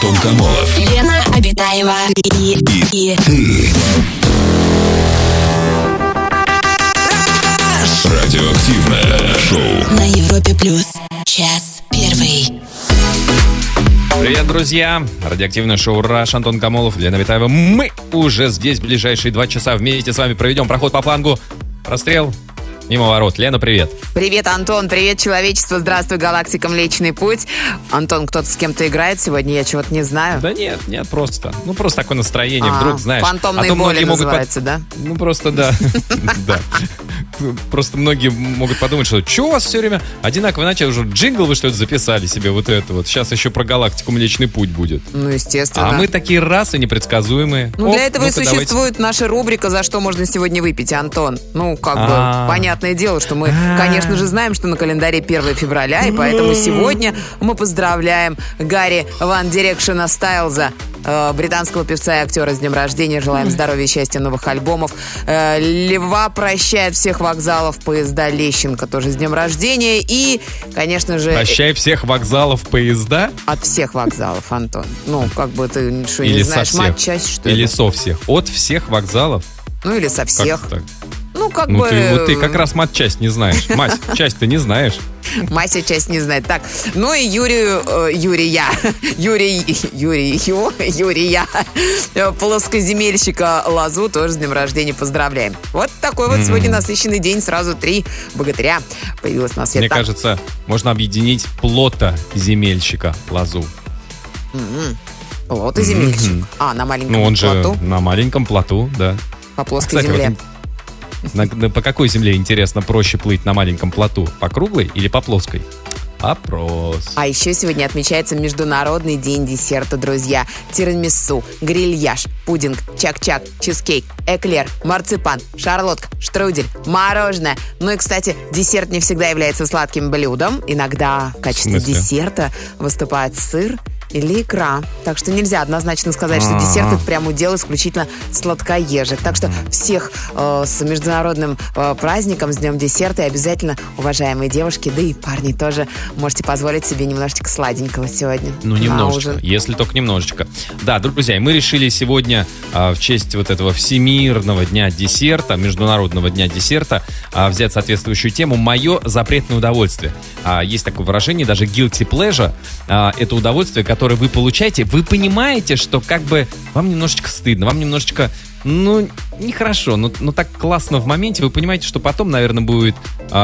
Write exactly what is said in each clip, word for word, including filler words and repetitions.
Антон Камолов, Лена Обитаева и, и, и ты. Радиоактивное шоу на Европе Плюс. Час первый. Привет, друзья! Радиоактивное шоу «Раш», Антон Камолов, Лена Обитаева. Мы уже здесь ближайшие два часа вместе с вами проведем проход по флангу. Прострел мимо ворот. Лена, привет. Привет, Антон. Привет, человечество. Здравствуй, галактика Млечный Путь. Антон, кто-то с кем-то играет сегодня? Я чего-то не знаю. Да нет, нет, просто. Ну, просто такое настроение. А, Вдруг, знаешь. фантомные а то боли могут называется, под... да? Ну, просто да. Да. Просто многие могут подумать, что что у вас все время одинаково, иначе уже джингл вы что-то записали себе, вот это вот. Сейчас еще про галактику Млечный Путь будет. Ну, естественно. А мы такие расы непредсказуемые. Ну, Оп, для этого и ну-ка, существует наша рубрика «За что можно сегодня выпить», Антон. Ну, как бы, А. понятное дело, что мы, конечно же, знаем, что на календаре первое февраля, и поэтому сегодня мы поздравляем Гарри Ван Дирекшена Стайлза, э, британского певца и актера, с днем рождения. Желаем здоровья, счастья, новых альбомов. Э, Лева прощает всех вокзалов, поезда Лещенко тоже с днем рождения. И, конечно же... Прощай всех вокзалов, поезда. От всех вокзалов, Антон. Ну, как бы ты что, Или не со знаешь, всех. матчасть, что ли? Или со всех. От всех вокзалов. Ну, или со всех. Как так? Ну, как Ну, бы... ты, вот ты как раз мать-часть не знаешь. Мать, часть ты не знаешь. Мася часть не знает. Так, ну и Юрию, э, Юрия, Юрий, Юрий, Ю, Юрия, э, плоскоземельщика Лазу тоже с днем рождения поздравляем. Вот такой вот сегодня насыщенный день. Сразу три богатыря появилось на свет. Мне Так, кажется, можно объединить плотоземельщика Лазу. плотоземельщик. Мгм. А, на маленьком Ну, он же плоту на маленьком плоту, да. по плоской Кстати, земле. вот на- на- по какой земле, интересно, проще плыть на маленьком плоту? По круглой или по плоской? Опрос. А еще сегодня отмечается Международный день десерта, друзья. Тирамису, грильяж, пудинг, чак-чак, чизкейк, эклер, марципан, шарлотка, штрудель, мороженое. Ну и, кстати, десерт не всегда является сладким блюдом. Иногда в качестве В смысле? десерта выступает сыр или икра. Так что нельзя однозначно сказать, что А-а-а. десерт — это прям удел исключительно сладкоежек. Так что всех э, с международным э, праздником, с Днем десерта. И обязательно, уважаемые девушки, да и парни тоже, можете позволить себе немножечко сладенького сегодня. Ну, на немножечко, ужин. если только немножечко. Да, друзья, и мы решили сегодня а, в честь вот этого Всемирного дня десерта, Международного дня десерта, а, взять соответствующую тему «Мое запретное удовольствие». А, есть такое выражение, даже guilty pleasure. А, это удовольствие, которое вы получаете, вы понимаете, что как бы вам немножечко стыдно, вам немножечко, ну, нехорошо, но, но так классно в моменте, вы понимаете, что потом, наверное, будет,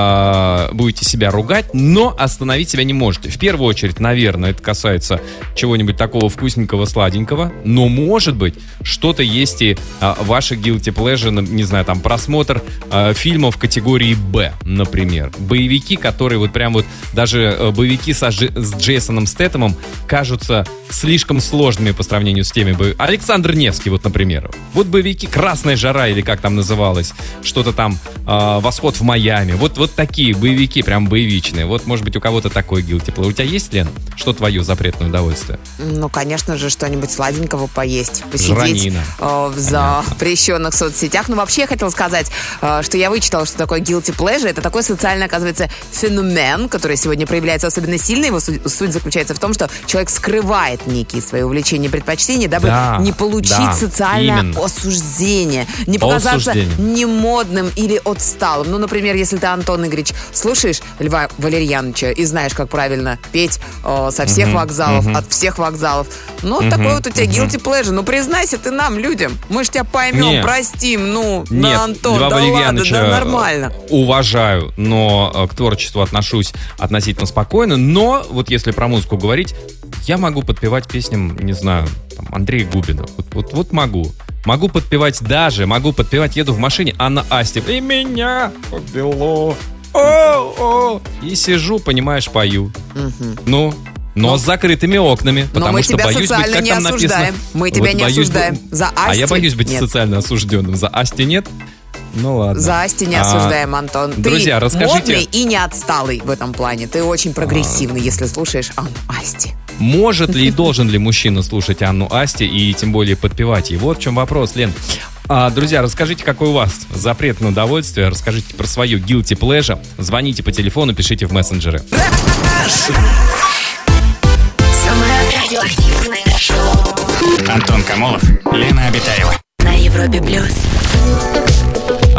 э, будете себя ругать, но остановить себя не можете. В первую очередь, наверное, это касается чего-нибудь такого вкусненького, сладенького, но, может быть, что-то есть и э, ваше guilty pleasure, не знаю, там, просмотр э, фильмов категории Б, например. Боевики, которые вот прям вот, даже э, боевики со, Дж- с Джейсоном Стэтэмом кажутся слишком сложными по сравнению с теми боевиками. Александр Невский, вот, например. Вот боевики «Красная жара» или как там называлось, что-то там э, «Восход в Майами». Вот, вот такие боевики, прям боевичные. Вот, может быть, у кого-то такой guilty pleasure. У тебя есть, Лен? Что твое запретное удовольствие? Ну, конечно же, что-нибудь сладенького поесть, посидеть Жранина. э, в запрещенных соцсетях. Ну, вообще, я хотела сказать, э, что я вычитала, что такое guilty pleasure. Это такой социальный, оказывается, феномен, который сегодня проявляется особенно сильно. Его суть, суть заключается в том, что человек скрывает некие свои увлечения и предпочтения, дабы Да, не получить да, социальное именно. осуждение, не показаться Осуждение. немодным или отсталым. Ну, например, если ты, Антон Игоревич, слушаешь Льва Валерьяновича и знаешь, как правильно петь э, со всех Мгм, вокзалов, мгм. от всех вокзалов. Ну, Мгм, такой вот у тебя мгм. guilty pleasure. Ну, признайся ты нам, людям. Мы ж тебя поймем, Не. простим. Ну, Нет, да, Антон, Льва да ладно, Валерьяновича да нормально. уважаю, но э, к творчеству отношусь относительно спокойно. Но вот если про музыку говорить, я могу подпевать песням, не знаю, там, Андрея Губина. Вот, вот, вот могу. Могу подпевать даже, могу подпевать, еду в машине, Анна Асти. И меня подвело. О-о. И сижу, понимаешь, пою. Ну, но с закрытыми окнами, Но потому мы что тебя боюсь быть, социально как не там написано. осуждаем. Мы тебя Вот не боюсь осуждаем. быть- За А я Асти боюсь быть нет. социально осужденным. За Асти нет? Ну ладно. За Асти не А, осуждаем, Антон. друзья, ты расскажите- модный и не отсталый в этом плане. Ты очень прогрессивный, если слушаешь Анну Асти. Может ли и должен ли мужчина слушать Анну Асти и тем более подпевать ей? Вот в чем вопрос, Лен. А, друзья, расскажите, какое у вас запретное удовольствие. Расскажите про свое guilty pleasure. Звоните по телефону, пишите в мессенджеры. самое радиоактивное шоу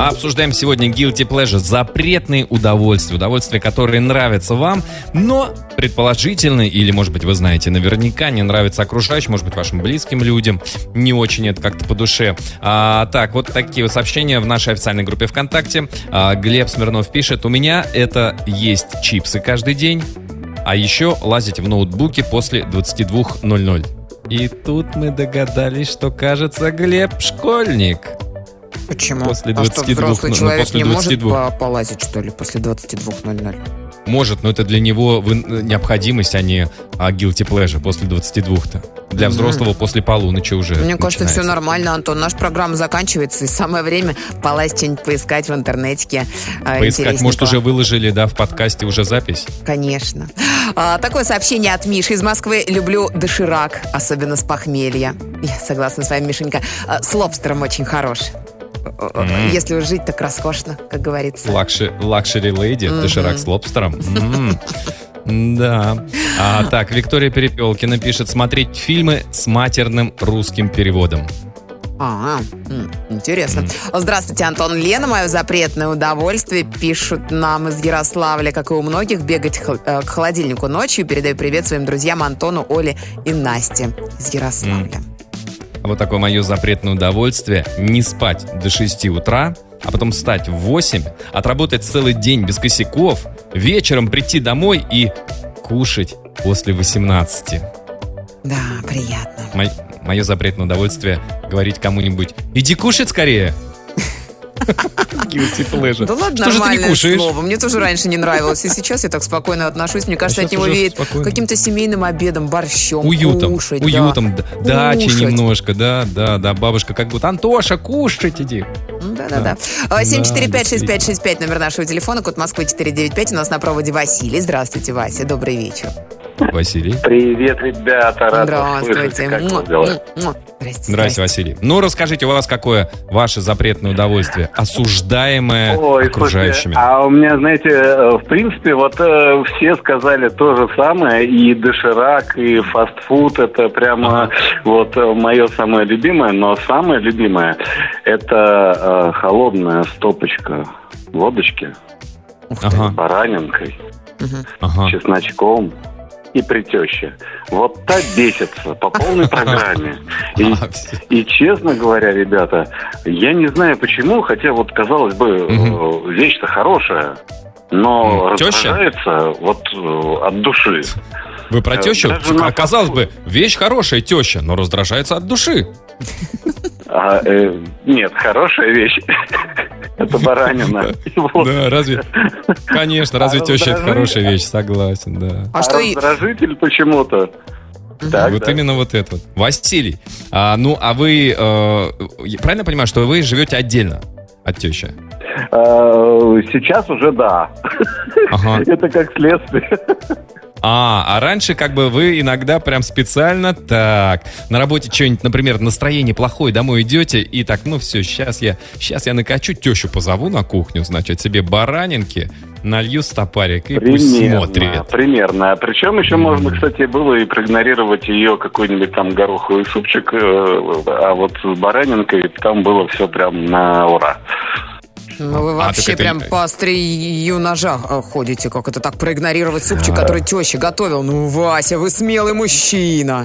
Обсуждаем сегодня guilty pleasure, запретные удовольствия, удовольствия, которые нравятся вам, но предположительно, или, может быть, вы знаете, наверняка не нравится окружающим, может быть, вашим близким людям, не очень это как-то по душе. А, так, вот такие вот сообщения в нашей официальной группе ВКонтакте. А, Глеб Смирнов пишет: у меня это есть чипсы каждый день, а еще лазить в ноутбуке после двадцати двух ноль-ноль. И тут мы догадались, что, кажется, Глеб школьник. Почему? После а что, взрослый ну, человек после не может двадцати двух. полазить, что ли, после двадцати двух ноль-ноль? Может, но это для него необходимость, а не а, guilty pleasure после двадцати двух-то. Для mm-hmm. взрослого после полуночи уже Мне кажется, начинается. все нормально, Антон. Наша программа заканчивается, и самое время полазить что-нибудь поискать в интернетике. Поискать, может, уже выложили, да, в подкасте уже запись? Конечно. А, такое сообщение от Миши из Москвы. Люблю доширак, особенно с похмелья. Я согласна с вами, Мишенька. А, с лобстером очень хорош. Mm. Если уж жить, так роскошно, как говорится. Лакшери леди, mm-hmm. доширак с лобстером. Mm. Да. А, так, Виктория Перепелкина пишет: смотреть фильмы с матерным русским переводом. А, м, интересно. Mm. Здравствуйте, Антон. Лена, мое запретное удовольствие. Пишут нам из Ярославля, как и у многих, бегать к холодильнику ночью. Передаю привет своим друзьям Антону, Оле и Насте из Ярославля. Mm. Вот такое мое запретное удовольствие: не спать до шести утра, а потом встать в восемь, отработать целый день без косяков, вечером прийти домой и кушать после восемнадцати. Да, приятно. Мо- мое запретное удовольствие говорить кому-нибудь: иди кушать скорее. Guilty pleasure. Да ладно, что же ты не кушаешь? Слово. Мне тоже раньше не нравилось. И сейчас я так спокойно отношусь. Мне кажется, а от него веет спокойно. Каким-то семейным обедом, борщом. Уютом. Кушать, Уютом. Да. Дачей Кушать. немножко. Да, да, да. Бабушка как будто: Антоша, кушать иди. Да-да-да. семь четыре пять шесть пять шесть пять номер нашего телефона, код Москвы четыреста девяносто пять. У нас на проводе Василий. Здравствуйте, Вася. Добрый вечер. Василий. Привет, ребята. Рад Здравствуйте. Как вы дела? Здрасте, Здрасте, Василий. Ну, расскажите, у вас какое ваше запретное удовольствие, осуждаемое Ой, окружающими? Слушайте, а у меня, знаете, в принципе, вот э, все сказали то же самое, и доширак, и фастфуд, это прямо ага. вот мое самое любимое, но самое любимое это э, холодная стопочка водочки ага. с баранинкой, ага. чесночком и при теще. Вот так бесится по полной программе. И, и честно говоря, ребята, я не знаю почему, хотя вот, казалось бы, угу. вещь-то хорошая, но теща? Раздражается вот от души. Вы про тещу? А, казалось бы, вещь хорошая, теща, но раздражается от души. А, э, нет, хорошая вещь. Это баранина. Да, разве... Конечно, разве теща это хорошая вещь, согласен, да. А что раздражитель почему-то? Так, вот да. именно вот это вот. Василий, а, ну, а вы, э, правильно понимаю, что вы живете отдельно от тещи? Сейчас уже да. Ага. Это как следствие. А, а раньше как бы вы иногда прям специально так, на работе что-нибудь, например, настроение плохое, домой идете и так, ну все, сейчас я, сейчас я накачу, тещу позову на кухню, значит, себе баранинки, налью стопарик и примерно, пусть смотрит. Примерно. Причем еще mm. можно, кстати, было и проигнорировать ее какой-нибудь там гороховый супчик, а вот с баранинкой там было все прям на ура. Ну вы вообще а, прям это... по острию ножа ходите. Как это так проигнорировать супчик, который теща готовил? Ну, Вася, вы смелый мужчина.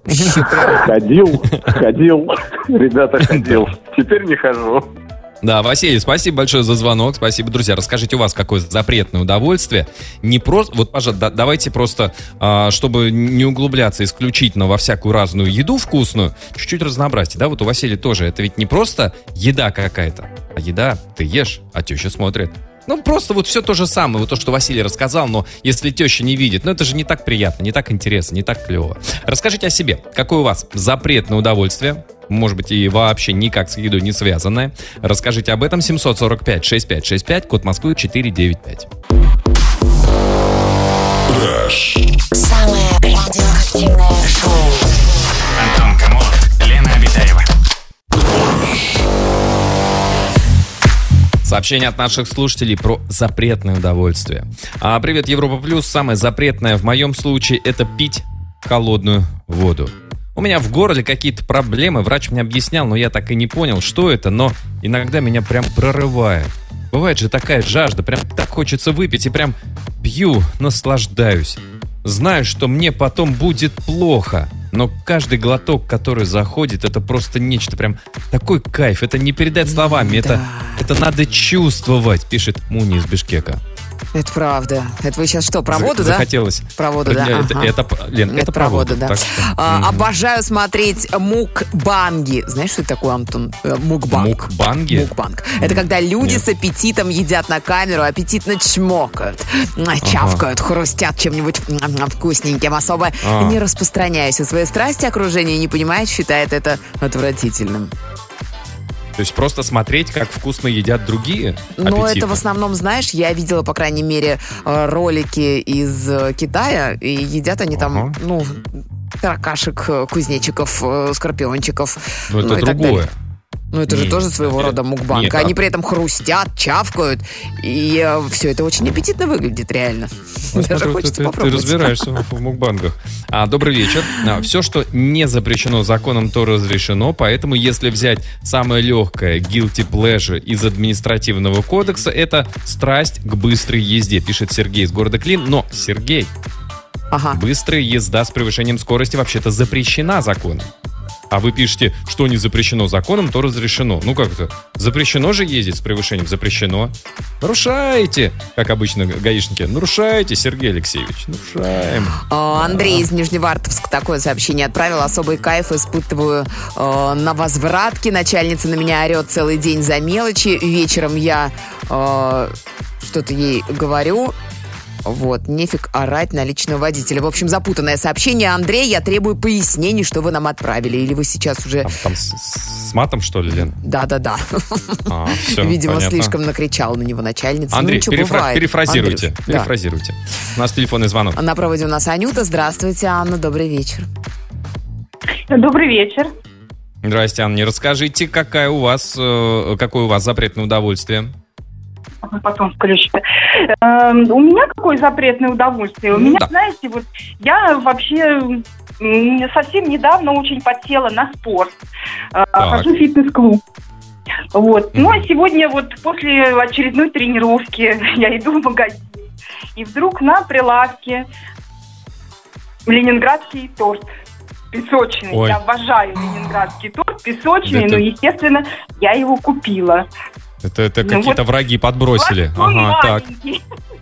Ходил, ходил. Ребята, ходил. Теперь не хожу. Да, Василий, спасибо большое за звонок. Спасибо, друзья. Расскажите, у вас какое запретное удовольствие? Не просто, вот, пожалуйста, да, давайте просто, а, чтобы не углубляться исключительно во всякую разную еду вкусную, чуть-чуть разнообразьте. Да, вот у Василия тоже. Это ведь не просто еда какая-то, а еда, ты ешь, а теща смотрит. Ну, просто вот все то же самое, вот то, что Василий рассказал, но если теща не видит, ну, это же не так приятно, не так интересно, не так клево. Расскажите о себе, какое у вас запретное удовольствие, может быть, и вообще никак с едой не связанное. Расскажите об этом. семь сорок пять шестьдесят пять шестьдесят пять, код Москвы четыреста девяносто пять. Самое радиоактивное шоу. Антон Камолов, Лена Обитаева. Сообщение от наших слушателей про запретное удовольствие. А, привет, Европа Плюс. Самое запретное в моем случае — это пить холодную воду. У меня в горле какие-то проблемы, врач мне объяснял, но я так и не понял, что это, но иногда меня прям прорывает. Бывает же такая жажда, прям так хочется выпить, и прям пью, наслаждаюсь. Знаю, что мне потом будет плохо, но каждый глоток, который заходит, это просто нечто, прям такой кайф, это не передать словами, Да. это, это надо чувствовать, пишет Муни из Бишкека. Это правда. Это вы сейчас что, про воду, За- да? Захотелось. Про воду, да? Это, Ага. это, Лен, это, Это про воду, да. Так что, А, мгм. обожаю смотреть мукбанги. Знаешь, что это такое, Антон? Э, Мукбанг. Мукбанги? Мукбанг. Это когда люди Нет. с аппетитом едят на камеру, аппетитно чмокают, м, чавкают, хрустят чем-нибудь м, вкусненьким. Особо А. не распространяясь о своей страсти, окружение не понимает, считает это отвратительным. То есть просто смотреть, как вкусно едят другие? Но аппетитно? это в основном, знаешь, я видела, по крайней мере, э, ролики из э, Китая, и едят они там, Ага. ну, таракашек, э, кузнечиков, э, скорпиончиков. Ну, это ну, и так другое. далее. Ну, это же Нет, тоже своего нет, рода мукбанг. нет, Они а- при этом хрустят, чавкают, и все это очень аппетитно выглядит, реально. Даже Смотрю, хочется ты, ты- ты попробовать. разбираешься в, в мукбангах. А, добрый вечер. А, все, что не запрещено законом, то разрешено. Поэтому, если взять самое легкое guilty pleasure из административного кодекса, это страсть к быстрой езде, пишет Сергей из города Клин. Но, Сергей, Ага. быстрая езда с превышением скорости вообще-то запрещена законом. А вы пишете, что не запрещено законом, то разрешено. Ну как это? Запрещено же ездить с превышением? Запрещено. Нарушаете, как обычно гаишники. Нарушаете, Сергей Алексеевич. Нарушаем. А, Андрей из Нижневартовска такое сообщение отправил. Особый кайф испытываю э, на возвратке. Начальница на меня орет целый день за мелочи. Вечером я э, что-то ей говорю. Вот, нефиг орать на личного водителя. В общем, запутанное сообщение. Андрей, я требую пояснений, что вы нам отправили. Или вы сейчас уже... Там, там с, с матом, что ли, Лен? Да-да-да. А, все, Видимо, понятно. слишком накричала на него начальница. Андрей, ну, ничего, перефра- бывает. перефразируйте. Андрюш, да. перефразируйте. У нас телефонный звонок. На проводе у нас Анюта. Здравствуйте, Анна. Добрый вечер. Добрый вечер. Здрасте, Анна. Не расскажите, какая у вас, э, какое у вас запретное удовольствие? Потом включите. Эм, у меня какое запретное удовольствие? У меня, Да. знаете, вот я вообще м, совсем недавно очень подсела на спорт. Э, Хожу в фитнес-клуб. Вот. Ну, а сегодня вот после очередной тренировки я иду в магазин. И вдруг на прилавке ленинградский торт. Песочный. Ой. Я обожаю ленинградский торт. Песочный, Это- но, естественно, я его купила. Это, это Ну какие-то вот враги подбросили. Большой, Ага, так. маленький.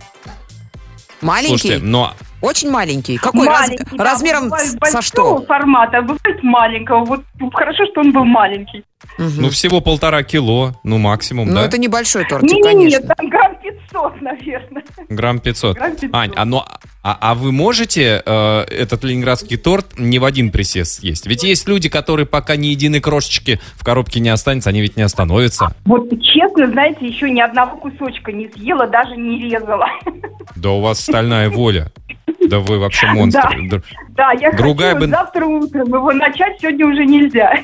Маленький? Слушайте, но Очень маленький. Какой? Раз- Маленький, да, размером бывает с- со большого что? формата, а бывает маленького. Вот хорошо, что он был маленький. Мгм. ну всего полтора кило, ну максимум, Ну, да? это небольшой тортик, Не-не-не, конечно. там грамм пятьсот, наверное. Грамм пятьсот. Грамм пятьсот. Ань, а, но, а, а вы можете э, этот ленинградский торт не в один присест съесть? Ведь есть люди, которые пока ни единой крошечки в коробке не останется, они ведь не остановятся. Вот честно, знаете, еще ни одного кусочка не съела, даже не резала. Да у вас стальная воля. Да вы вообще монстр. Да. Да, я Другая хочу бы- завтра утром его начать, сегодня уже нельзя.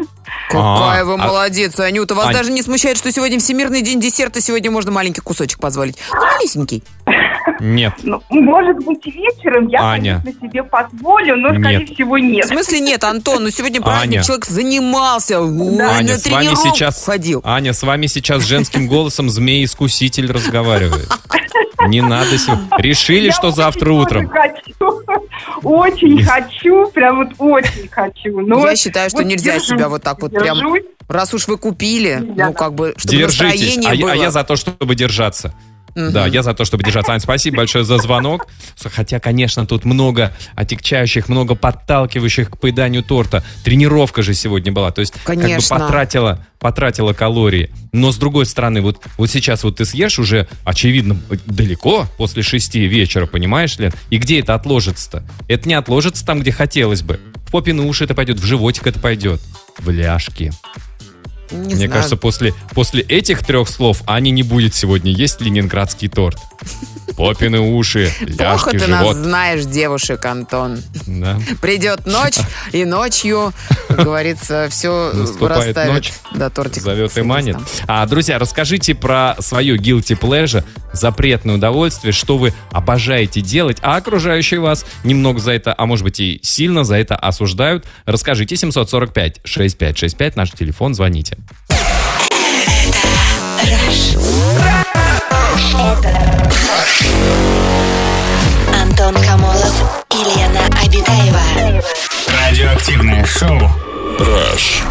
Какая А, вы а- молодец, Анюта. Вас Ань. даже не смущает, что сегодня Всемирный день десерта, сегодня можно маленький кусочек позволить. Ну, малюсенький. Нет. Ну, может быть, вечером я, Аня. конечно, себе позволю, но, скорее Нет. всего, В нет. смысле нет, Антон, ну сегодня праздник, Аня. человек занимался, ой, Аня, на с вами тренировку сейчас ходил. Аня, с вами сейчас женским голосом змей-искуситель разговаривает. Не надо сегодня. Решили, Я что очень завтра тоже утром. хочу. Очень Есть. хочу, прям вот очень хочу. Но Я считаю, что вот нельзя держусь, себя вот так вот прям, держусь. раз уж вы купили, Нельзя. ну как бы, чтобы Держитесь. настроение А, я- было. а я за то, чтобы держаться. Мгм. Да, я за то, чтобы держаться. Ань, спасибо большое за звонок. Хотя, конечно, тут много отягчающих, много подталкивающих к поеданию торта. Тренировка же сегодня была. То есть, Конечно. как бы потратила, потратила калории. Но, с другой стороны, вот, вот сейчас вот ты съешь уже, очевидно, далеко после шести вечера, понимаешь, Лен? И где это отложится-то? Это не отложится там, где хотелось бы. В попины уши это пойдет, в животик это пойдет. В ляжки. Не Мне знаю. кажется, после, после этих трех слов Аня не будет сегодня есть ленинградский торт. Попины уши, Плохо ляжки, ты нас живот. знаешь, девушек, Антон. Да. Придет ночь, и ночью как говорится, все Наступает расставит. ночь, Да, тортик. зовет и манит. А, друзья, расскажите про свое guilty pleasure, запретное удовольствие, что вы обожаете делать, а окружающие вас немного за это, а может быть и сильно за это осуждают. Расскажите. семь сорок пять шестьдесят пять шестьдесят пять, наш телефон, звоните. Антон Камолов и Лена Обитаева. Радиоактивное шоу. Rush.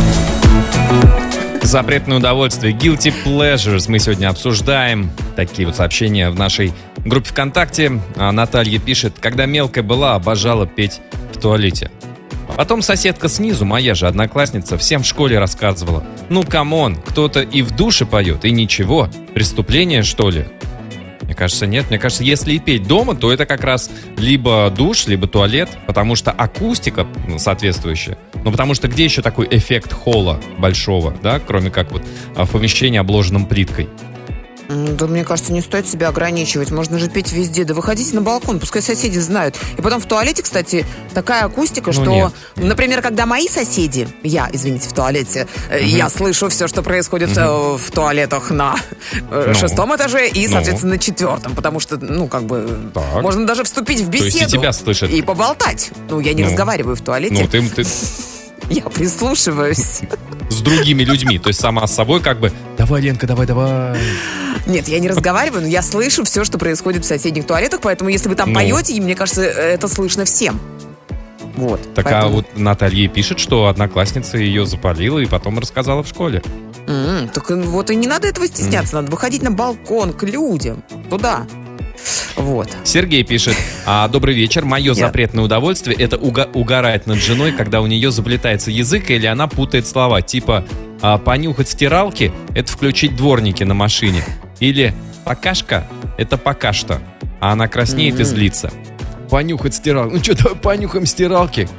Запретное удовольствие, guilty pleasures мы сегодня обсуждаем. Такие вот сообщения в нашей группе ВКонтакте. А Наталья пишет: когда мелкая была, обожала петь в туалете. Потом соседка снизу, моя же одноклассница, всем в школе рассказывала: ну камон, кто-то и в душе поет, и ничего. Преступление, что ли? Мне кажется, нет. Мне кажется, если и петь дома, то это как раз либо душ, либо туалет, потому что акустика соответствующая. Ну, потому что где еще такой эффект холла большого, да, кроме как вот в помещении, обложенном плиткой? Да, мне кажется, не стоит себя ограничивать. Можно же петь везде. Да выходите на балкон, пускай соседи знают. И потом в туалете, кстати, такая акустика, Ну, что, нет. например, когда мои соседи, я, извините, в туалете, э, я слышу все, что происходит э, в туалетах на э, Ну. шестом этаже и, Ну. соответственно, на четвертом. Потому что, ну, как бы, Так. можно даже вступить в То есть и беседу. тебя слышат. И поболтать. Ну, я не Ну. разговариваю в туалете. Ну, ты, ты Я прислушиваюсь. с другими людьми, то есть сама с собой как бы: давай, Ленка, давай, давай. Нет, я не разговариваю, но я слышу все, что происходит в соседних туалетах, поэтому если вы там Ну. поете, и мне кажется, это слышно всем. Вот. Так а поэтому- вот Наталья и пишет, что одноклассница ее запалила и потом рассказала в школе. М, так вот и не надо этого стесняться, надо выходить на балкон к людям, туда. Вот. Сергей пишет: а, добрый вечер, мое запретное удовольствие — это уга- угорать над женой, когда у нее заплетается язык или она путает слова, типа а, понюхать стиралки — это включить дворники на машине, или покашка — это пока что, а она краснеет и злится. Понюхать стиралки. Ну что, давай понюхаем стиралки.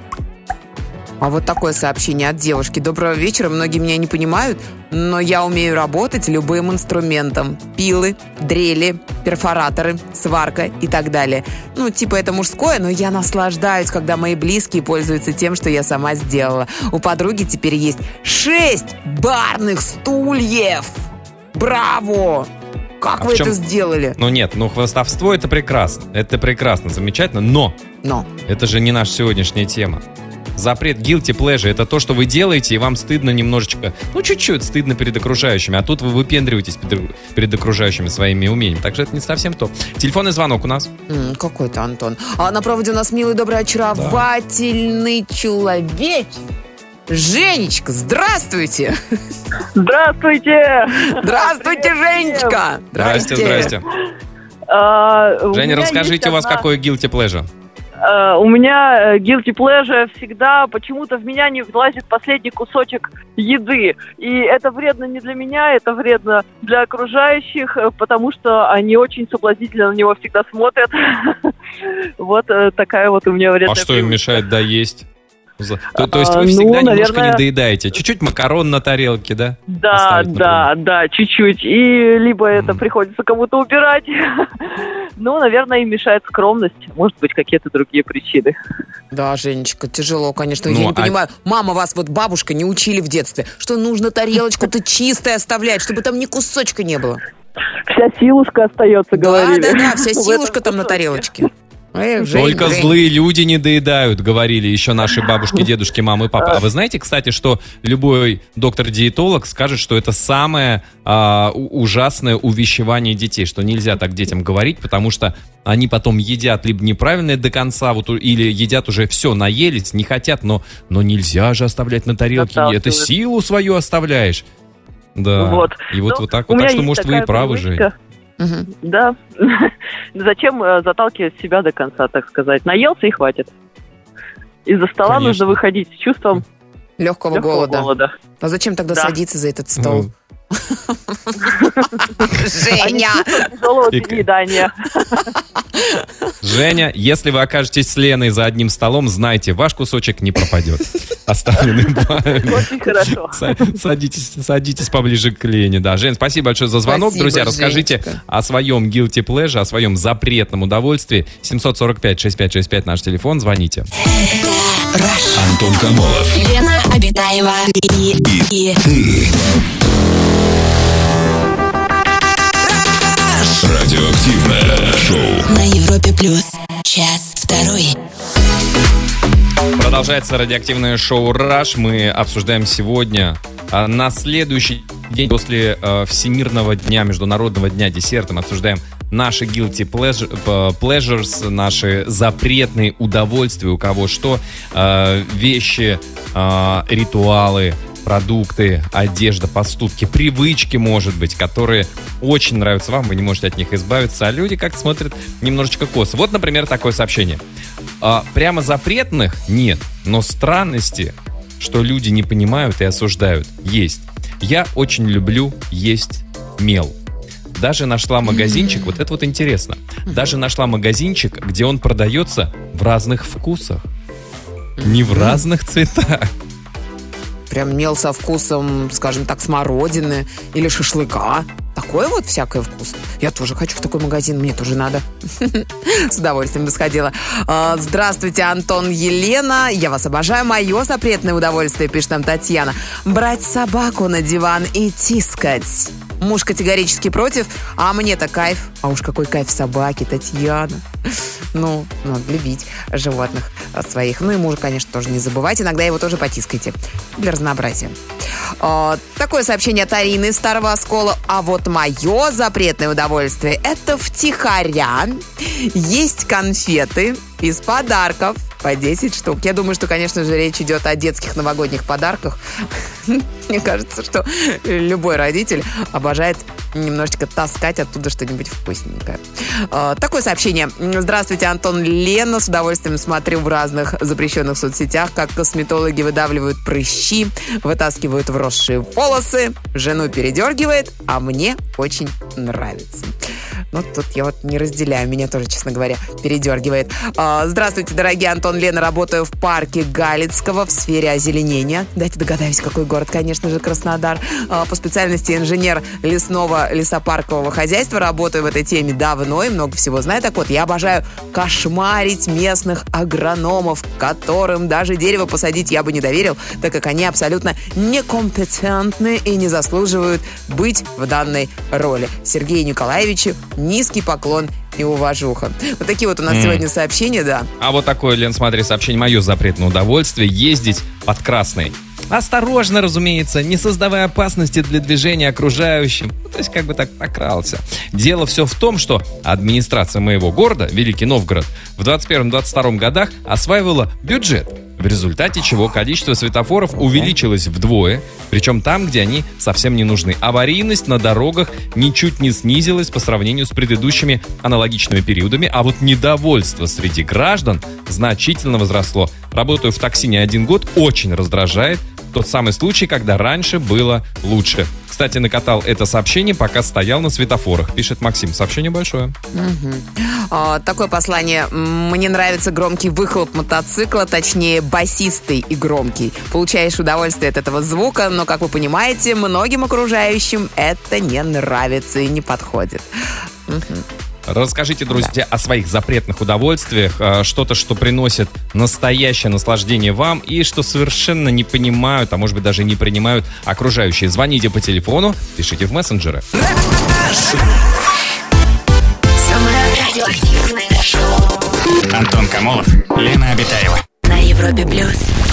А вот такое сообщение от девушки. Доброго вечера, многие меня не понимают, но я умею работать любым инструментом. Пилы, дрели, перфораторы, сварка и так далее. Ну, типа это мужское, но я наслаждаюсь, когда мои близкие пользуются тем, что я сама сделала. У подруги теперь есть шесть барных стульев. Браво! Как А вы в чем- это сделали? Ну нет, ну хвастовство — это прекрасно. Это прекрасно, замечательно, но Но. это же не наша сегодняшняя тема. Запрет, guilty pleasure — это то, что вы делаете, и вам стыдно немножечко, ну чуть-чуть стыдно перед окружающими, а тут вы выпендриваетесь перед, перед окружающими своими умениями. Так что это не совсем то. Телефонный звонок у нас. М, какой-то Антон. А на проводе у нас милый, добрый, очаровательный человек. Женечка, здравствуйте! Здравствуйте! Здравствуйте, Женечка! Здрасте, здрасте. А, у Женя, меня расскажите, есть у вас одна- какой guilty pleasure? а, у меня э, guilty pleasure всегда почему-то в меня не влазит последний кусочек еды. И это вредно не для меня, это вредно для окружающих, э, потому что они очень соблазнительно на него всегда смотрят. Вот э, такая вот у меня вредная А что им привычка. мешает доесть? За- То, то есть А, вы ну, всегда немножко наверное- не доедаете. Чуть-чуть макарон на тарелке, да? Да, Оставить, да, да, чуть-чуть. И либо это Мгм. приходится кому-то убирать, ну, наверное, им мешает скромность. Может быть, какие-то другие причины. Да, Женечка, тяжело, конечно. Ну, я не а- понимаю, мама вас, вот бабушка, не учили в детстве, что нужно тарелочку-то чистой оставлять, чтобы там ни кусочка не было. Вся силушка остается, Да, говорили. да, да, вся В этом силушка там на кусочке. тарелочке. Эх, Жень, Только Жень. злые люди не доедают, говорили еще наши бабушки, дедушки, мамы и папа. А вы знаете, кстати, что любой доктор-диетолог скажет, что это самое а, у- ужасное увещевание детей, что нельзя так детям говорить, потому что они потом едят либо неправильно до конца, вот, у- или едят уже все, наелись, не хотят, но, но нельзя же оставлять на тарелке, это Заталкивают. силу свою оставляешь. Да, Вот. и вот, Ну, вот так у вот. Так меня что, есть может, вы и такая правы, Жень. привычка. Мгм. Да. Зачем э, заталкивать себя до конца, так сказать? Наелся и хватит. Из-за стола Конечно. нужно выходить с чувством Легкого легкого голода. голода. А зачем тогда Да. садиться за этот стол? Ну, Женя! Тяжелого переедания. Женя, если вы окажетесь с Леной за одним столом, знайте, ваш кусочек не пропадет. Оставленный вами. Очень хорошо. Садитесь, садитесь поближе к Лене. Да. Жень, спасибо большое за звонок. Спасибо, Друзья, расскажите Женечка. о своем guilty pleasure, о своем запретном удовольствии. семь сорок пять шестьдесят пять шестьдесят пять наш телефон. Звоните. Антон Камолов. Лена Обитаева и, и, и. Радиоактивное шоу. На Европе плюс. Час второй. Продолжается радиоактивное шоу «Раш». Мы обсуждаем сегодня а, на следующий день после а, Всемирного дня, Международного дня десерта. Мы обсуждаем наши guilty pleasure, pleasures, наши запретные удовольствия, у кого что, а, вещи, а, ритуалы, продукты, одежда, поступки, привычки, может быть, которые очень нравятся вам, вы не можете от них избавиться, а люди как-то смотрят немножечко косо. Вот, например, такое сообщение. А, прямо запретных нет, но странности, что люди не понимают и осуждают, есть. Я очень люблю есть мел. Даже нашла магазинчик, вот это вот интересно, даже нашла магазинчик, где он продается в разных вкусах, не в разных цветах. Прям мел со вкусом, скажем так, смородины или шашлыка. Такое вот всякое вкус. Я тоже хочу в такой магазин, мне тоже надо. С удовольствием бы сходила. Здравствуйте, Антон, Елена. Я вас обожаю. Мое запретное удовольствие, пишет нам Татьяна. Брать собаку на диван и тискать. Муж категорически против, а мне-то кайф. А уж какой кайф собаки, Татьяна. Ну, надо любить животных своих. Ну и мужа, конечно, тоже не забывайте. Иногда его тоже потискайте. Для разнообразия. А, такое сообщение от Арины из Старого Оскола. А вот мое запретное удовольствие — это втихаря есть конфеты из подарков по десять штук. Я думаю, что, конечно же, речь идет о детских новогодних подарках. Мне кажется, что любой родитель обожает немножечко таскать оттуда что-нибудь вкусненькое. Такое сообщение. Здравствуйте, Антон, Лена. С удовольствием смотрю в разных запрещенных соцсетях, как косметологи выдавливают прыщи, вытаскивают вросшие волосы, жену передергивает, а мне очень нравится. Ну, тут я вот не разделяю. Меня тоже, честно говоря, передергивает. Здравствуйте, дорогие Антон, Лена. Работаю в парке Галицкого в сфере озеленения. Дайте догадаюсь, какой город. Конечно же, Краснодар. По специальности инженер лесного лесопаркового хозяйства. Работаю в этой теме давно и много всего знаю. Так вот, я обожаю кошмарить местных агрономов, которым даже дерево посадить я бы не доверил, так как они абсолютно некомпетентны и не заслуживают быть в данной роли. Сергею Николаевичу низкий поклон и уважуха. Вот такие вот у нас mm. сегодня сообщения, да. А вот такое, Лен, смотри, сообщение. Мое запретное удовольствие — ездить под красный. Осторожно, разумеется, не создавая опасности для движения окружающим. Ну, то есть как бы так прокрался. Дело все в том, что администрация моего города, Великий Новгород, в двадцать первом — двадцать втором годах осваивала бюджет, в результате чего количество светофоров увеличилось вдвое, причем там, где они совсем не нужны. Аварийность на дорогах ничуть не снизилась по сравнению с предыдущими аналогичными периодами, а вот недовольство среди граждан значительно возросло. Работаю в такси не один год, очень раздражает тот самый случай, когда раньше было лучше. Кстати, накатал это сообщение, пока стоял на светофорах, пишет Максим. Сообщение большое. Угу. А, такое послание. Мне нравится громкий выхлоп мотоцикла, точнее, басистый и громкий. Получаешь удовольствие от этого звука, но, как вы понимаете, многим окружающим это не нравится и не подходит. Угу. Расскажите, друзья, о своих запретных удовольствиях, что-то, что приносит настоящее наслаждение вам и что совершенно не понимают, а может быть даже не принимают окружающие. Звоните по телефону, пишите в мессенджеры. Антон Камолов, Лена Обитаева. На Европе плюс.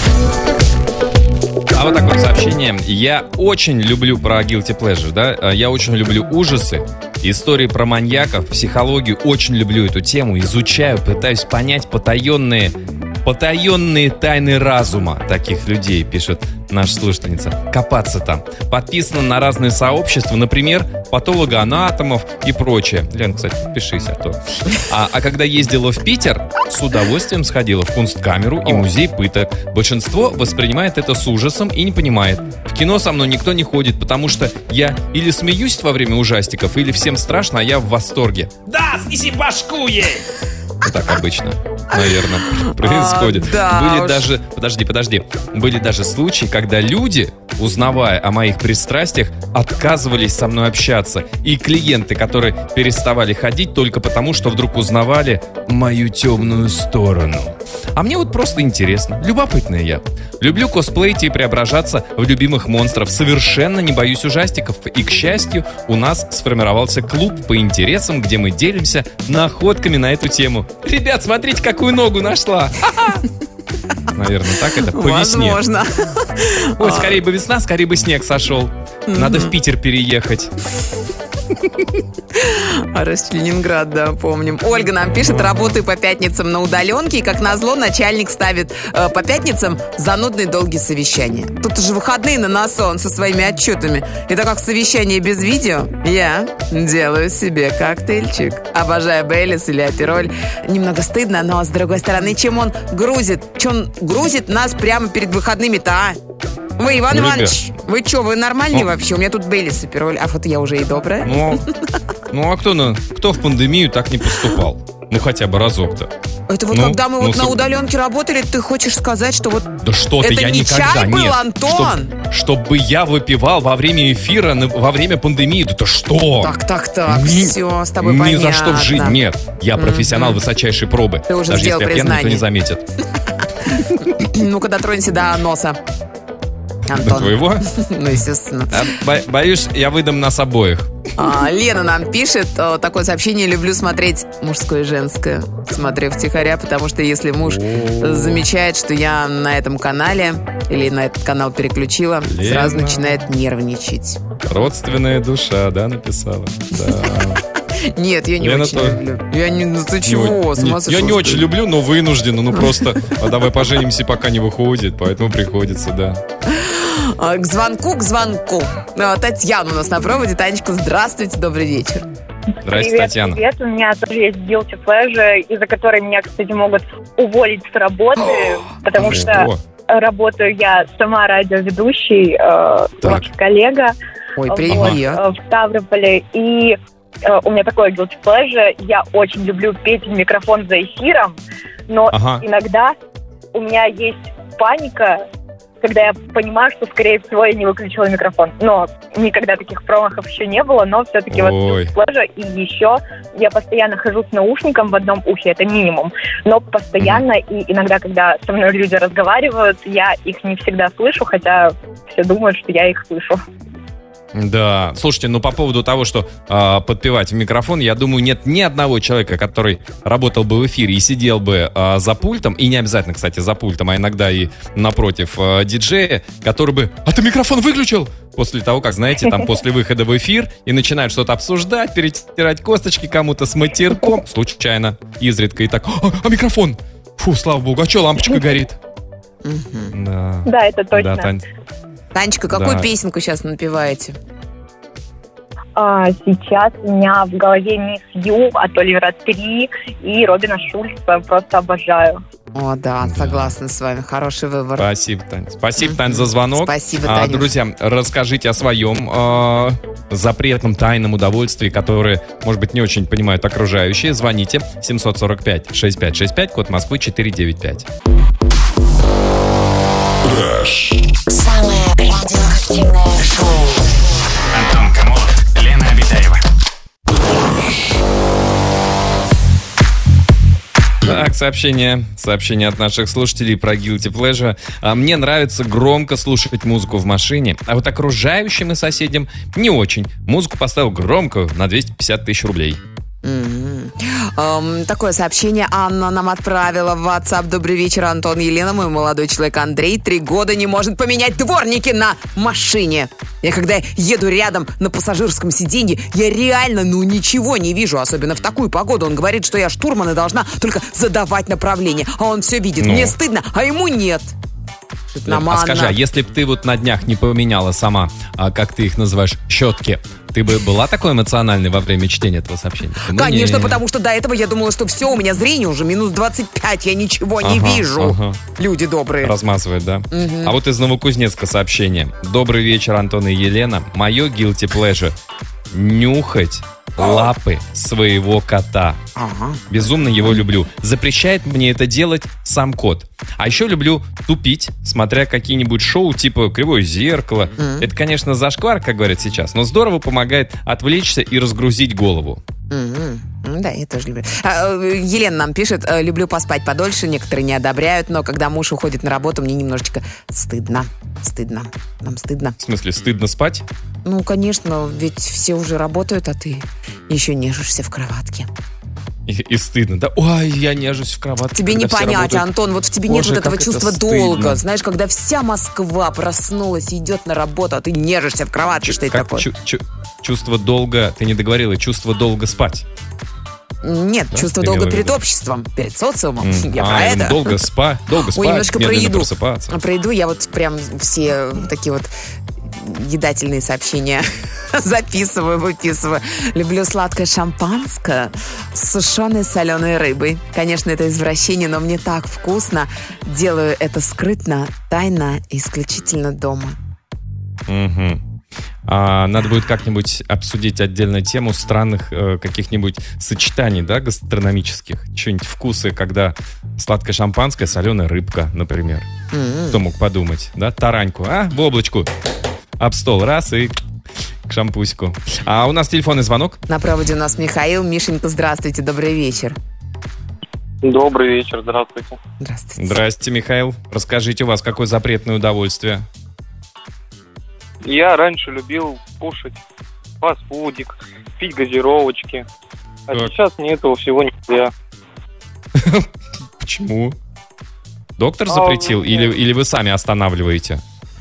А вот такое сообщение. Я очень люблю про guilty pleasure, да? Я очень люблю ужасы, истории про маньяков, психологию. Очень люблю эту тему, изучаю, пытаюсь понять потаенные Потаенные тайны разума таких людей, пишет наша слушательница. Копаться там. Подписано на разные сообщества, например, патологоанатомов и прочее. Лен, кстати, подпишись, а то. А, а когда ездила в Питер, с удовольствием сходила в Кунсткамеру и музей пыток. Большинство воспринимает это с ужасом и не понимает. В кино со мной никто не ходит, потому что я или смеюсь во время ужастиков, или всем страшно, а я в восторге. Да, снеси башку ей! Вот так обычно, наверное, происходит. А, да Были уж. даже... Подожди, подожди. Были даже случаи, когда люди, узнавая о моих пристрастиях, отказывались со мной общаться. И клиенты, которые переставали ходить только потому, что вдруг узнавали мою темную сторону. А мне вот просто интересно. Любопытная я. Люблю косплеить и преображаться в любимых монстров. Совершенно не боюсь ужастиков. И, к счастью, у нас сформировался клуб по интересам, где мы делимся находками на эту тему. Ребят, смотрите, какую ногу нашла. Наверное, так это по весне. Возможно. Ой, скорее бы весна, скорее бы снег сошел. Надо в Питер переехать. Раз Ленинград, да, помним. Ольга нам пишет: работаю по пятницам на удаленке, и, как назло, начальник ставит э, по пятницам занудные долгие совещания. Тут уже выходные на носу, он со своими отчетами. И так как совещание без видео, я делаю себе коктейльчик. Обожаю Бейлис или Апероль. Немного стыдно, но, с другой стороны, чем он грузит? Чем он грузит нас прямо перед выходными-то, а? Вы, Иван ну, Иванович, ребят, вы что, вы нормальные ну, вообще? У меня тут Бейлис и Апероль, а вот я уже и добрая. Ну, ну а кто, ну, кто в пандемию так не поступал? Ну, хотя бы разок-то. Это вот ну, когда мы ну, вот на удаленке работали, ты хочешь сказать, что вот да что ты, это я не никогда, чай был, нет, Антон? Чтоб, чтобы я выпивал во время эфира, во время пандемии, да ты что? Так, так, так, ни, все, с тобой ни понятно. Ни за что в жизни, нет. Я профессионал mm-hmm. высочайшей пробы. Ты уже даже сделал если признание. я пьяный, никто не заметит. Ну-ка, дотронься до носа. Антон. До твоего? Ну, естественно. А, бо- боюсь, я выдам нас обоих. А, Лена нам пишет о, такое сообщение: люблю смотреть мужское и женское, смотрю втихаря, потому что если муж О-о-о. замечает, что я на этом канале или на этот канал переключила, Лена. сразу начинает нервничать. Родственная душа, да, написала? Да. Нет, я не Лена очень то... люблю. Я не, ну ты чего? Не, не, я не очень люблю, но вынуждена. Ну просто, а давай поженимся, пока не выходит, поэтому приходится, да. К звонку, к звонку. Татьяна у нас на проводе. Танечка, здравствуйте, добрый вечер. Здравствуйте, привет, Татьяна. Привет, у меня тоже есть guilty pleasure, из-за которой меня, кстати, могут уволить с работы, потому что работаю я сама радиоведущей, э, ваш коллега. Ой, привет. Вот, в Ставрополе. И у меня такое guilty pleasure. Я очень люблю петь в микрофон за эфиром, но ага. иногда у меня есть паника, когда я понимаю, что, скорее всего, я не выключила микрофон. Но никогда таких промахов еще не было, но все-таки Ой. вот guilty pleasure. И еще я постоянно хожу с наушником в одном ухе, это минимум. Но постоянно, mm-hmm. и иногда, когда со мной люди разговаривают, я их не всегда слышу, хотя все думают, что я их слышу. Да, слушайте, ну по поводу того, что э, подпевать в микрофон, я думаю, нет ни одного человека, который работал бы в эфире и сидел бы э, за пультом, и не обязательно, кстати, за пультом, а иногда и напротив э, диджея, который бы: а ты микрофон выключил? После того, как, знаете, там после выхода в эфир и начинают что-то обсуждать, перетирать косточки кому-то с матерком, случайно, изредка, и так: а, а микрофон? Фу, слава богу, а что, лампочка горит? Да, да, это точно. Да, Тань. Танечка, какую да. песенку сейчас напеваете? А, сейчас у меня в голове Мисс Ю от Оливера три и Робина Шульца. Просто обожаю. О, да, согласна с вами. Хороший выбор. Спасибо, Тань. Спасибо, Тань, за звонок. Спасибо, а, Таня. Друзья, расскажите о своем э, запретном тайном удовольствии, которое, может быть, не очень понимают окружающие. Звоните семь сорок пять шестьдесят пять шестьдесят пять, код Москвы четыреста девяносто пять. Самое радиоактивное шоу. Антон Камолов, Лена Обитаева. Так, сообщение, сообщение от наших слушателей про guilty pleasure. А мне нравится громко слушать музыку в машине, а вот окружающим и соседям не очень. Музыку поставил громко на двести пятьдесят тысяч рублей. Mm-hmm. Um, такое сообщение Анна нам отправила в WhatsApp. Добрый вечер, Антон, Елена. Мой молодой человек Андрей три года не может поменять дворники на машине. Я когда еду рядом на пассажирском сиденье, я реально, ну, ничего не вижу. Особенно в такую погоду. Он говорит, что я штурман и должна только задавать направление. А он все видит. Ну. Мне стыдно, а ему нет. А скажи, а если бы ты вот на днях не поменяла сама, а, как ты их называешь, щетки, ты бы была такой эмоциональной во время чтения этого сообщения? Мы Конечно, не... потому что до этого я думала, что все, у меня зрение уже минус двадцать пять, я ничего ага, не вижу. Ага. Люди добрые. Размазывает, да? Угу. А вот из Новокузнецка сообщение. Добрый вечер, Антон и Елена. Мое guilty pleasure — нюхать лапы своего кота. Ага. Безумно его люблю. Запрещает мне это делать сам кот. А еще люблю тупить, смотря какие-нибудь шоу типа «Кривое зеркало». Mm-hmm. Это, конечно, зашквар, как говорят сейчас, но здорово помогает отвлечься и разгрузить голову. Mm-hmm. Да, я тоже люблю. А, Елена нам пишет: люблю поспать подольше, некоторые не одобряют, но когда муж уходит на работу, мне немножечко стыдно. Стыдно. Нам стыдно. В смысле, стыдно спать? Ну, конечно, ведь все уже работают, а ты еще нежишься в кроватке. И, и стыдно, да? Ой, я нежусь в кроватке. Тебе не понять, Антон, вот в тебе Боже, нет вот этого чувства это долга. Знаешь, когда вся Москва проснулась и идет на работу, а ты нежишься в кроватке, Ч- что это такое? Чу- чу- чувство долга, ты не договорила, чувство долга спать. Нет, да? чувство ты долга перед обществом, перед социумом. Mm. Я а, про это. Долго спать, долго спать, Ой, немножко про еду. Просыпаться. Про еду я вот прям все такие вот едательные сообщения записываю, выписываю. Люблю сладкое шампанское с сушеной соленой рыбой. Конечно, это извращение, но мне так вкусно. Делаю это скрытно, тайно, исключительно дома. Угу. А, надо будет как-нибудь обсудить отдельную тему странных э, каких-нибудь сочетаний, да, гастрономических. Что-нибудь вкусы, когда сладкое шампанское, соленая рыбка, например. Mm-hmm. Кто мог подумать, да? Тараньку, а? В облачку. Об стол, раз и к шампусику. А у нас телефонный звонок. На проводе у нас Михаил. Мишенька, здравствуйте, добрый вечер. Добрый вечер, здравствуйте. Здравствуйте. Здравствуйте, Михаил. Расскажите, у вас какое запретное удовольствие? Я раньше любил кушать фастфудик, пить газировочки. А так. Сейчас мне этого всего нельзя. Почему? Доктор запретил а, или, или вы сами останавливаете?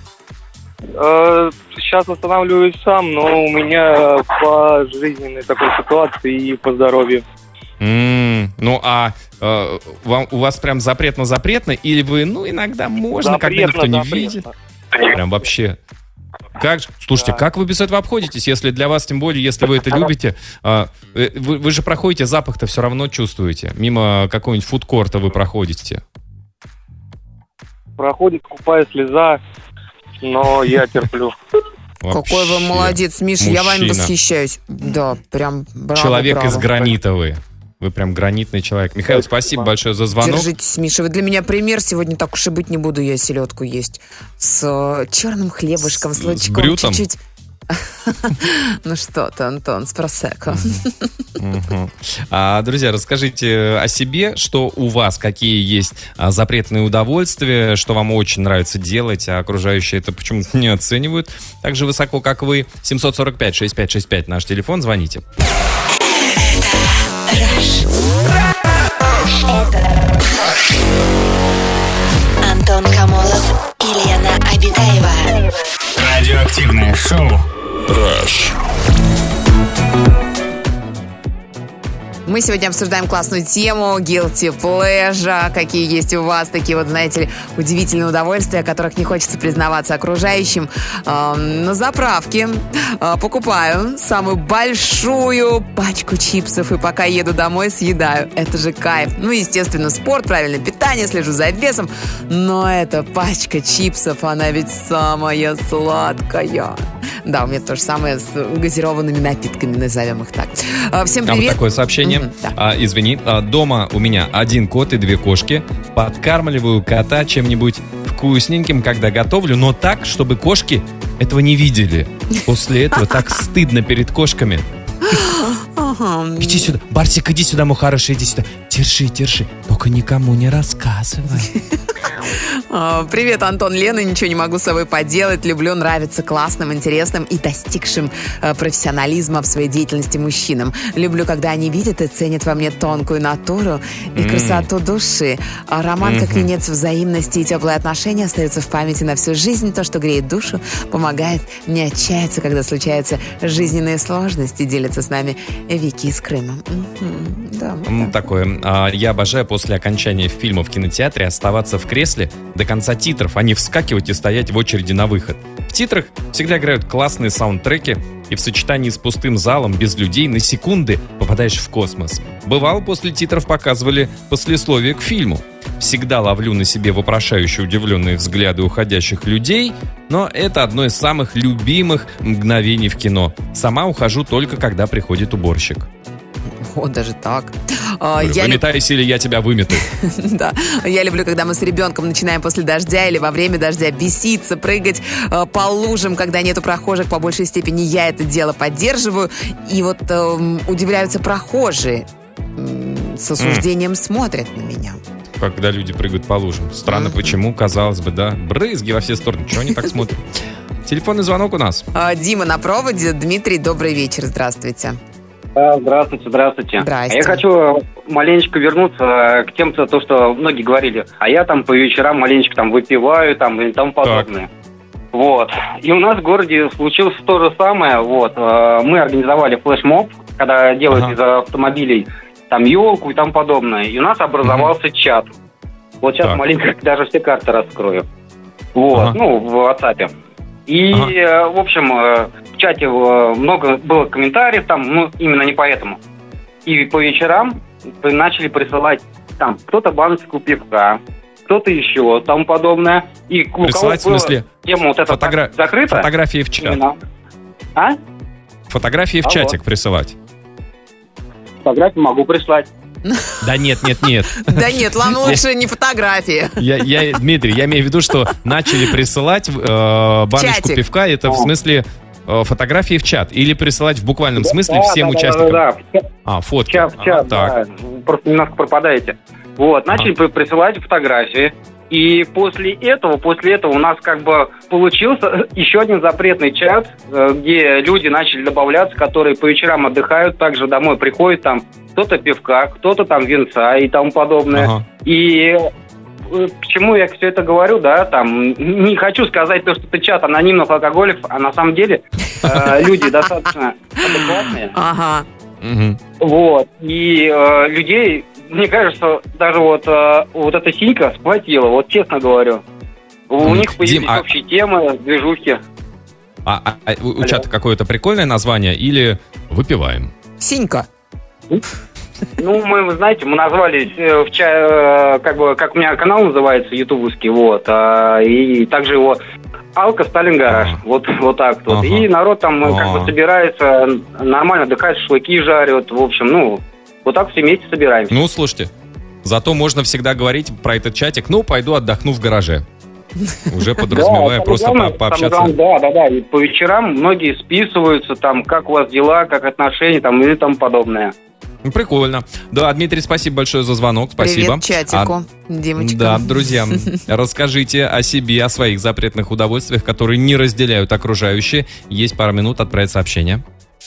Сейчас останавливаюсь сам, но у меня по жизненной такой ситуации и по здоровью. Mm, ну, а э, вам, у вас прям запретно-запретно? Или вы, ну, иногда можно, запретно, когда никто не запретно. видит? Прям вообще... Как же? Слушайте, да. Как вы без этого обходитесь, если для вас, тем более, если вы это любите, э, вы, вы же проходите, запах-то все равно чувствуете. Мимо какого-нибудь фудкорта вы проходите. Проходит скупая слеза, но я терплю. Вообще, какой вы молодец, Миша, мужчина. Я вами восхищаюсь. Да, прям браво, человек браво. Из гранита вы. Вы прям гранитный человек. Михаил, спасибо большое за звонок. Держитесь, Миша, вы для меня пример. Сегодня так уж и быть не буду я селедку есть. С черным хлебушком, с, с лучком. С брютом? Чуть-чуть. Ну что-то, Антон, с просекко. Друзья, расскажите о себе, что у вас, какие есть запретные удовольствия, что вам очень нравится делать, а окружающие это почему-то не оценивают так же высоко, как вы. семь сорок пять шестьдесят пять шестьдесят пять наш телефон, звоните. Антон Камолов, Елена Абитаева. Радиоактивное шоу Rush. Мы сегодня обсуждаем классную тему guilty pleasure, какие есть у вас такие вот, знаете ли, удивительные удовольствия, о которых не хочется признаваться окружающим. Э, на заправке э, покупаю самую большую пачку чипсов и пока еду домой, съедаю. Это же кайф. Ну, естественно, спорт, правильное питание, слежу за весом, но эта пачка чипсов, она ведь самая сладкая. Да, у меня то же самое с газированными напитками, назовем их так. Э, всем привет. А вот такое сообщение. Да. А, извини, а, дома у меня один кот и две кошки. Подкармливаю кота чем-нибудь вкусненьким, когда готовлю, но так, чтобы кошки этого не видели. После этого так стыдно перед кошками. Иди сюда. Барсик, иди сюда, мой хороший, иди сюда. Держи, держи. Только никому не рассказывай. Привет, Антон, Лена, ничего не могу с собой поделать. Люблю нравиться классным, интересным и достигшим профессионализма в своей деятельности мужчинам. Люблю, когда они видят и ценят во мне тонкую натуру и mm. красоту души. Роман, mm-hmm. как венец взаимности и теплые отношения, остаются в памяти на всю жизнь. То, что греет душу, помогает не отчаяться, когда случаются жизненные сложности. Делится с нами Вики из Крыма. Mm-hmm. Да, вот такое. Я обожаю после окончания фильма в кинотеатре оставаться в кресле до конца титров, а не вскакивать и стоять в очереди на выход. В титрах всегда играют классные саундтреки, и в сочетании с пустым залом, без людей, на секунды попадаешь в космос. Бывало, после титров показывали послесловие к фильму. Всегда ловлю на себе вопрошающие удивленные взгляды уходящих людей, но это одно из самых любимых мгновений в кино. Сама ухожу только, когда приходит уборщик. О, даже так. Говорю, я выметайся люб... или я тебя вымету. Да, я люблю, когда мы с ребенком начинаем после дождя или во время дождя беситься, прыгать э, по лужам, когда нету прохожих. По большей степени я это дело поддерживаю. И вот э, удивляются прохожие, э, с осуждением mm. смотрят на меня. Когда люди прыгают по лужам. Странно, mm-hmm. почему, казалось бы, да? Брызги во все стороны. Чего они так смотрят? Телефонный звонок у нас. Дима на проводе. Дмитрий, добрый вечер. Здравствуйте. Здравствуйте, здравствуйте. Здрасте. Я хочу маленечко вернуться к тем, то, что многие говорили. А я там по вечерам маленечко там выпиваю там и тому подобное. Так. Вот. И у нас в городе случилось то же самое. Вот. Мы организовали флешмоб, когда делают ага. из автомобилей там елку и тому подобное. И у нас образовался ага. чат. Вот сейчас так. маленько даже все карты раскрою. Вот. Ага. Ну, в WhatsApp. И, ага. в общем, в чате много было комментариев, там, ну, именно не поэтому. И по вечерам начали присылать там кто-то баночку пивка, кто-то еще, тому подобное. И присылать, в смысле, тема вот эта фотогра... закрыта. Фотографии в чат. Именно. А? Фотографии в Алло. чатик присылать. Фотографии могу прислать. Да нет, нет, нет. Да нет, ладно, лучше не фотографии. Я, я, Дмитрий, я имею в виду, что начали присылать э, баночку Чатик. пивка, это в смысле э, фотографии в чат, или присылать в буквальном смысле да, всем да, участникам? Да, да, да. А, фотки. В чат, в чат, а, да. Просто немножко пропадаете. Вот, начали а. присылать фотографии. И после этого, после этого у нас как бы получился еще один запретный чат, где люди начали добавляться, которые по вечерам отдыхают, также домой приходят, там кто-то пивка, кто-то там винца и тому подобное. Ага. И почему я все это говорю, да, там, не хочу сказать то, что это чат анонимных алкоголиков, а на самом деле люди достаточно адекватные. Ага. Вот, и людей... Мне кажется, даже вот, э, вот эта синька сплотила, вот честно говорю. У mm. них появились Дим, а... общие темы, движухи. А, а, а у Алло. чата какое-то прикольное название или выпиваем? Синька. Ну, мы, вы знаете, мы назвали в ча... как бы, как у меня канал называется, ютубовский, вот, а, и также его Алка Сталингараж, ага. вот, вот так вот. Ага. И народ там ага. как бы собирается, нормально отдыхает, шашлыки жарят, в общем, ну... Вот так все вместе собираемся. Ну, слушайте, зато можно всегда говорить про этот чатик. Ну, пойду отдохну в гараже. Уже подразумевая просто пообщаться. Да, да, да. И по вечерам многие списываются, там, как у вас дела, как отношения, там, и тому подобное. Прикольно. Да, Дмитрий, спасибо большое за звонок. Спасибо. Привет чатику, а, Димочка. Да, друзья, расскажите о себе, о своих запретных удовольствиях, которые не разделяют окружающие. Есть пару минут отправить сообщение.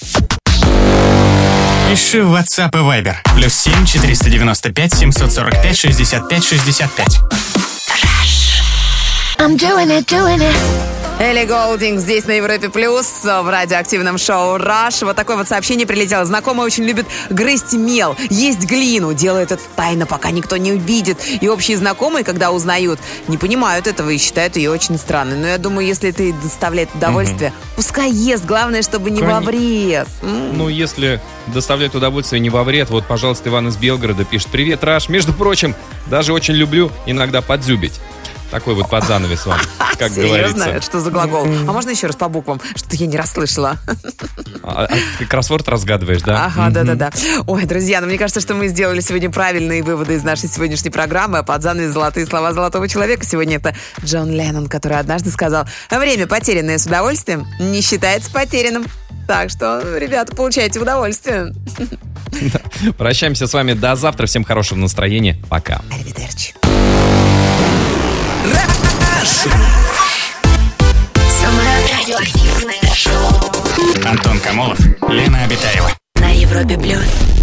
Пиши в WhatsApp и Viber. Плюс семь четыреста девяносто пять семьсот сорок пять шестьдесят пять шестьдесят пять. I'm doing it, doing it. Элли Голдинг здесь на Европе Плюс в радиоактивном шоу «Раш». Вот такое вот сообщение прилетело. Знакомая очень любит грызть мел, есть глину, делает это тайно, пока никто не увидит. И общие знакомые, когда узнают, не понимают этого и считают ее очень странной. Но я думаю, если это доставляет удовольствие, угу. пускай ест. Главное, чтобы не Кон... во вред. Ну, если доставляет удовольствие не во вред, вот, пожалуйста, Иван из Белгорода пишет: «Привет, Раш. Между прочим, даже очень люблю иногда подзюбить». Такой вот под занавес вам, как Серьезно? говорится. Что за глагол? А можно еще раз по буквам? Что-то я не расслышала. А, а ты кроссворд разгадываешь, да? Ага, да-да-да. Ой, друзья, ну мне кажется, что мы сделали сегодня правильные выводы из нашей сегодняшней программы. А под занавес золотые слова золотого человека. Сегодня это Джон Леннон, который однажды сказал: время, потерянное с удовольствием, не считается потерянным. Так что, ребята, получайте удовольствие. Прощаемся с вами до завтра. Всем хорошего настроения. Пока. Аривидерчи. Самое радиоактивное шоу. Антон Камолов, Лена Обитаева. На Европе плюс.